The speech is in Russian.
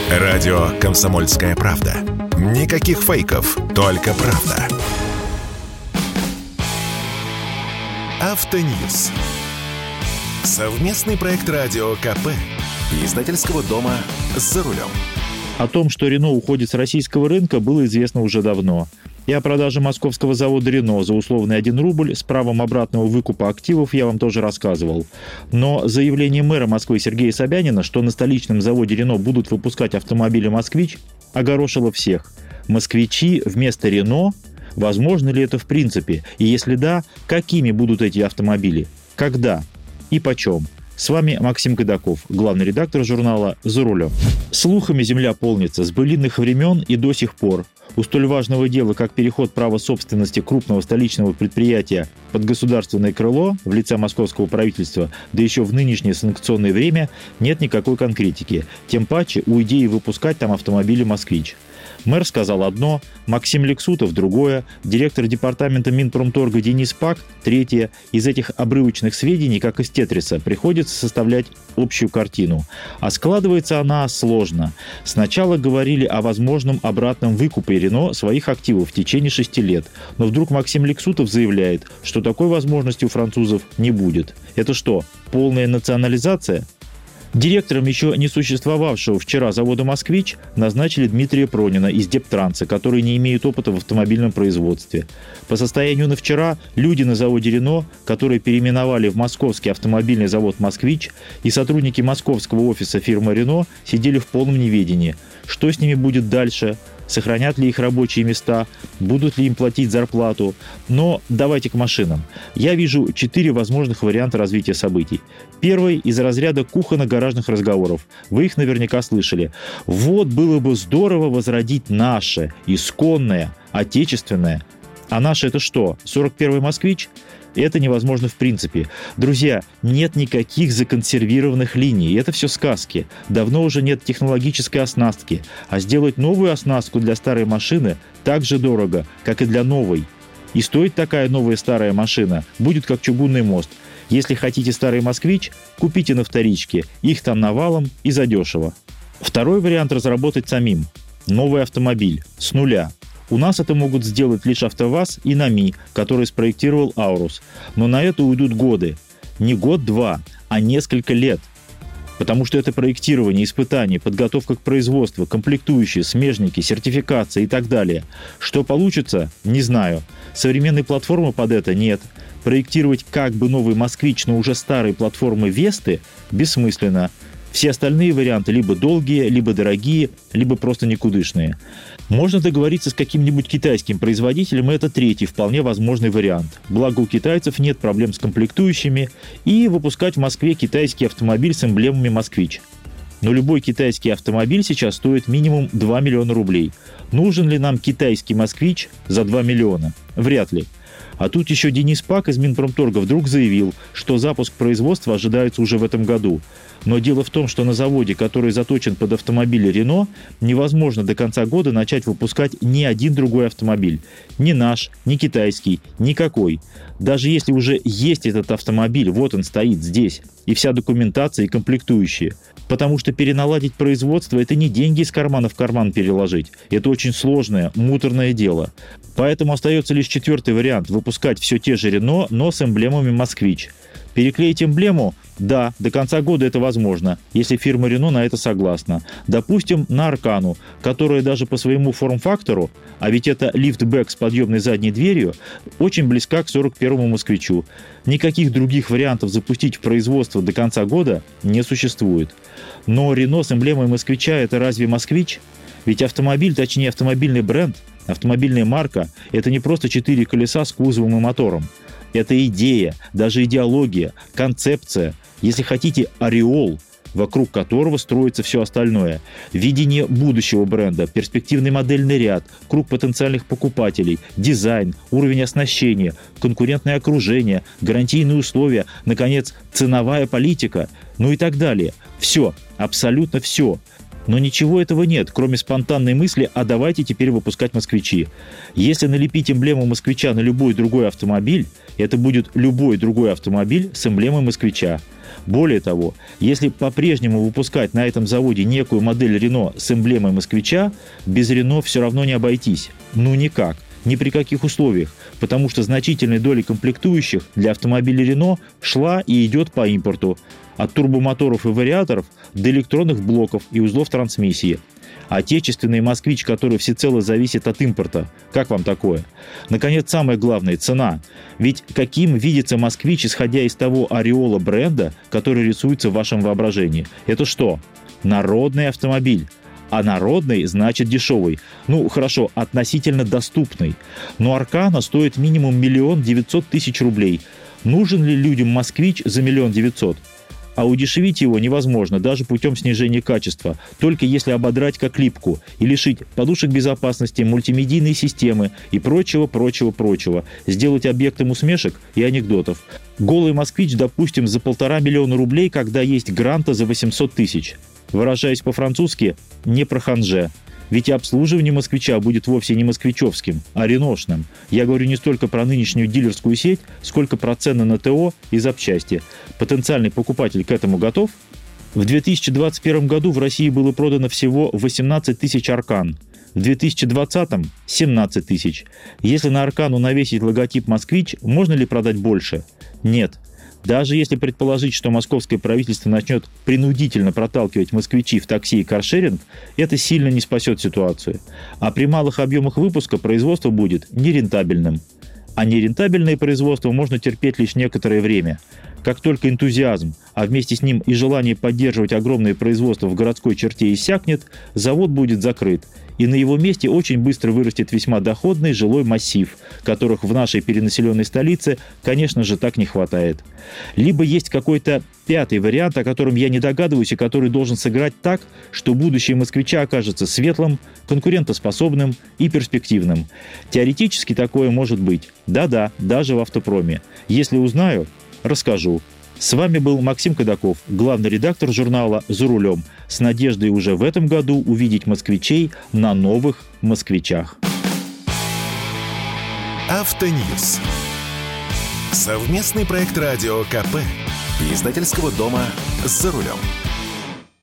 Радио «Комсомольская правда». Никаких фейков, только правда. Автоньюз. Совместный проект радио КП и издательского дома «За рулем». О том, что Рено уходит с российского рынка, было известно уже давно. И о продаже московского завода Рено за условный 1 рубль с правом обратного выкупа активов я вам тоже рассказывал. Но заявление мэра Москвы Сергея Собянина, что на столичном заводе Рено будут выпускать автомобили «Москвич», огорошило всех. Москвичи вместо Рено? Возможно ли это в принципе? И если да, какими будут эти автомобили? Когда? И почем? С вами Максим Кайдаков, главный редактор журнала «За рулем». Слухами земля полнится с былинных времен и до сих пор. У столь важного дела, как переход права собственности крупного столичного предприятия под государственное крыло в лице московского правительства, да еще в нынешнее санкционное время, нет никакой конкретики. Тем паче у идеи выпускать там автомобили «Москвич». Мэр сказал одно, Максим Лексутов – другое, директор департамента Минпромторга Денис Пак – третье. Из этих обрывочных сведений, как из тетриса, приходится составлять общую картину. А складывается она сложно. Сначала говорили о возможном обратном выкупе Рено своих активов в течение 6 лет. Но вдруг Максим Лексутов заявляет, что такой возможности у французов не будет. Это что, полная национализация? Директором еще не существовавшего вчера завода «Москвич» назначили Дмитрия Пронина из Дептранса, который не имеет опыта в автомобильном производстве. По состоянию на вчера люди на заводе «Рено», которые переименовали в московский автомобильный завод «Москвич», и сотрудники московского офиса фирмы «Рено» сидели в полном неведении. Что с ними будет дальше? Сохранят ли их рабочие места, будут ли им платить зарплату. Но давайте к машинам. Я вижу 4 возможных варианта развития событий. Первый из разряда кухонно-гаражных разговоров. Вы их наверняка слышали. Вот было бы здорово возродить наше, исконное, отечественное. А наше это что, 41-й «Москвич»? Это невозможно в принципе. Друзья, нет никаких законсервированных линий. Это все сказки. Давно уже нет технологической оснастки. А сделать новую оснастку для старой машины так же дорого, как и для новой. И стоить такая новая старая машина будет как чугунный мост. Если хотите старый «Москвич», купите на вторичке. Их там навалом и задешево. Второй вариант разработать самим. Новый автомобиль. С нуля. У нас это могут сделать лишь АвтоВАЗ и НАМИ, который спроектировал Аурус. Но на это уйдут годы. Не год-два, а несколько лет. Потому что это проектирование, испытания, подготовка к производству, комплектующие, смежники, сертификация и так далее. Что получится, не знаю. Современной платформы под это нет. Проектировать как бы новый «Москвич», но уже старые платформы «Весты» бессмысленно. Все остальные варианты либо долгие, либо дорогие, либо просто никудышные. Можно договориться с каким-нибудь китайским производителем, и это третий, вполне возможный вариант. Благо у китайцев нет проблем с комплектующими, и выпускать в Москве китайский автомобиль с эмблемами «Москвич». Но любой китайский автомобиль сейчас стоит минимум 2 миллиона рублей. Нужен ли нам китайский «Москвич» за 2 миллиона? Вряд ли. А тут еще Денис Пак из Минпромторга вдруг заявил, что запуск производства ожидается уже в этом году. Но дело в том, что на заводе, который заточен под автомобили Рено, невозможно до конца года начать выпускать ни один другой автомобиль. Ни наш, ни китайский, никакой. Даже если уже есть этот автомобиль, вот он стоит здесь, и вся документация и комплектующие. Потому что переналадить производство – это не деньги из кармана в карман переложить. Это очень сложное, муторное дело. Поэтому остается лишь 4-й вариант – выпускать все те же Рено, но с эмблемами «Москвич». Переклеить эмблему? Да, до конца года это возможно, если фирма Рено на это согласна. Допустим, на Аркану, которая даже по своему форм-фактору, а ведь это лифтбэк с подъемной задней дверью, очень близка к 41-му «Москвичу». Никаких других вариантов запустить в производство до конца года не существует. Но Рено с эмблемой «Москвича» — это разве «Москвич»? Ведь автомобиль, точнее автомобильный бренд, автомобильная марка – это не просто 4 колеса с кузовом и мотором. Это идея, даже идеология, концепция, если хотите, ореол, вокруг которого строится все остальное. Видение будущего бренда, перспективный модельный ряд, круг потенциальных покупателей, дизайн, уровень оснащения, конкурентное окружение, гарантийные условия, наконец, ценовая политика, ну и так далее. Все, абсолютно все. Но ничего этого нет, кроме спонтанной мысли «а давайте теперь выпускать москвичи». Если налепить эмблему москвича на любой другой автомобиль, это будет любой другой автомобиль с эмблемой москвича. Более того, если по-прежнему выпускать на этом заводе некую модель Рено с эмблемой москвича, без Рено все равно не обойтись. Ну никак. Ни при каких условиях, потому что значительная доля комплектующих для автомобиля Рено шла и идет по импорту, от турбомоторов и вариаторов до электронных блоков и узлов трансмиссии. Отечественный «Москвич», который всецело зависит от импорта. Как вам такое? Наконец, самое главное – цена. Ведь каким видится «Москвич», исходя из того ореола бренда, который рисуется в вашем воображении? Это что? Народный автомобиль. А народный значит дешевый. Ну, хорошо, относительно доступный. Но Аркана стоит минимум 1 900 000 рублей. Нужен ли людям «Москвич» за 1 900 000? А удешевить его невозможно даже путем снижения качества, только если ободрать как липку и лишить подушек безопасности, мультимедийной системы и прочего. Сделать объектом усмешек и анекдотов. Голый «Москвич», допустим, за 1,5 миллиона рублей, когда есть гранта за 800 000. Выражаясь по-французски, не про ханже. Ведь и обслуживание «Москвича» будет вовсе не москвичевским, а реношным. Я говорю не столько про нынешнюю дилерскую сеть, сколько про цены на ТО и запчасти. Потенциальный покупатель к этому готов? В 2021 году в России было продано всего 18 000 «Аркан». В 2020-м – 17 000. Если на «Аркану» навесить логотип «Москвич», можно ли продать больше? Нет. Даже если предположить, что московское правительство начнет принудительно проталкивать москвичи в такси и каршеринг, это сильно не спасет ситуацию. А при малых объемах выпуска производство будет нерентабельным. А нерентабельное производство можно терпеть лишь некоторое время. Как только энтузиазм, а вместе с ним и желание поддерживать огромное производство в городской черте иссякнет, завод будет закрыт, и на его месте очень быстро вырастет весьма доходный жилой массив, которых в нашей перенаселенной столице, конечно же, так не хватает. Либо есть какой-то пятый вариант, о котором я не догадываюсь и который должен сыграть так, что будущее «Москвича» окажется светлым, конкурентоспособным и перспективным. Теоретически такое может быть. Да-да, даже в автопроме. Если узнаю, расскажу. С вами был Максим Кадаков, главный редактор журнала «За рулем», с надеждой уже в этом году увидеть москвичей на новых москвичах. Автоньюз. Совместный проект радио КП и издательского дома «За рулем».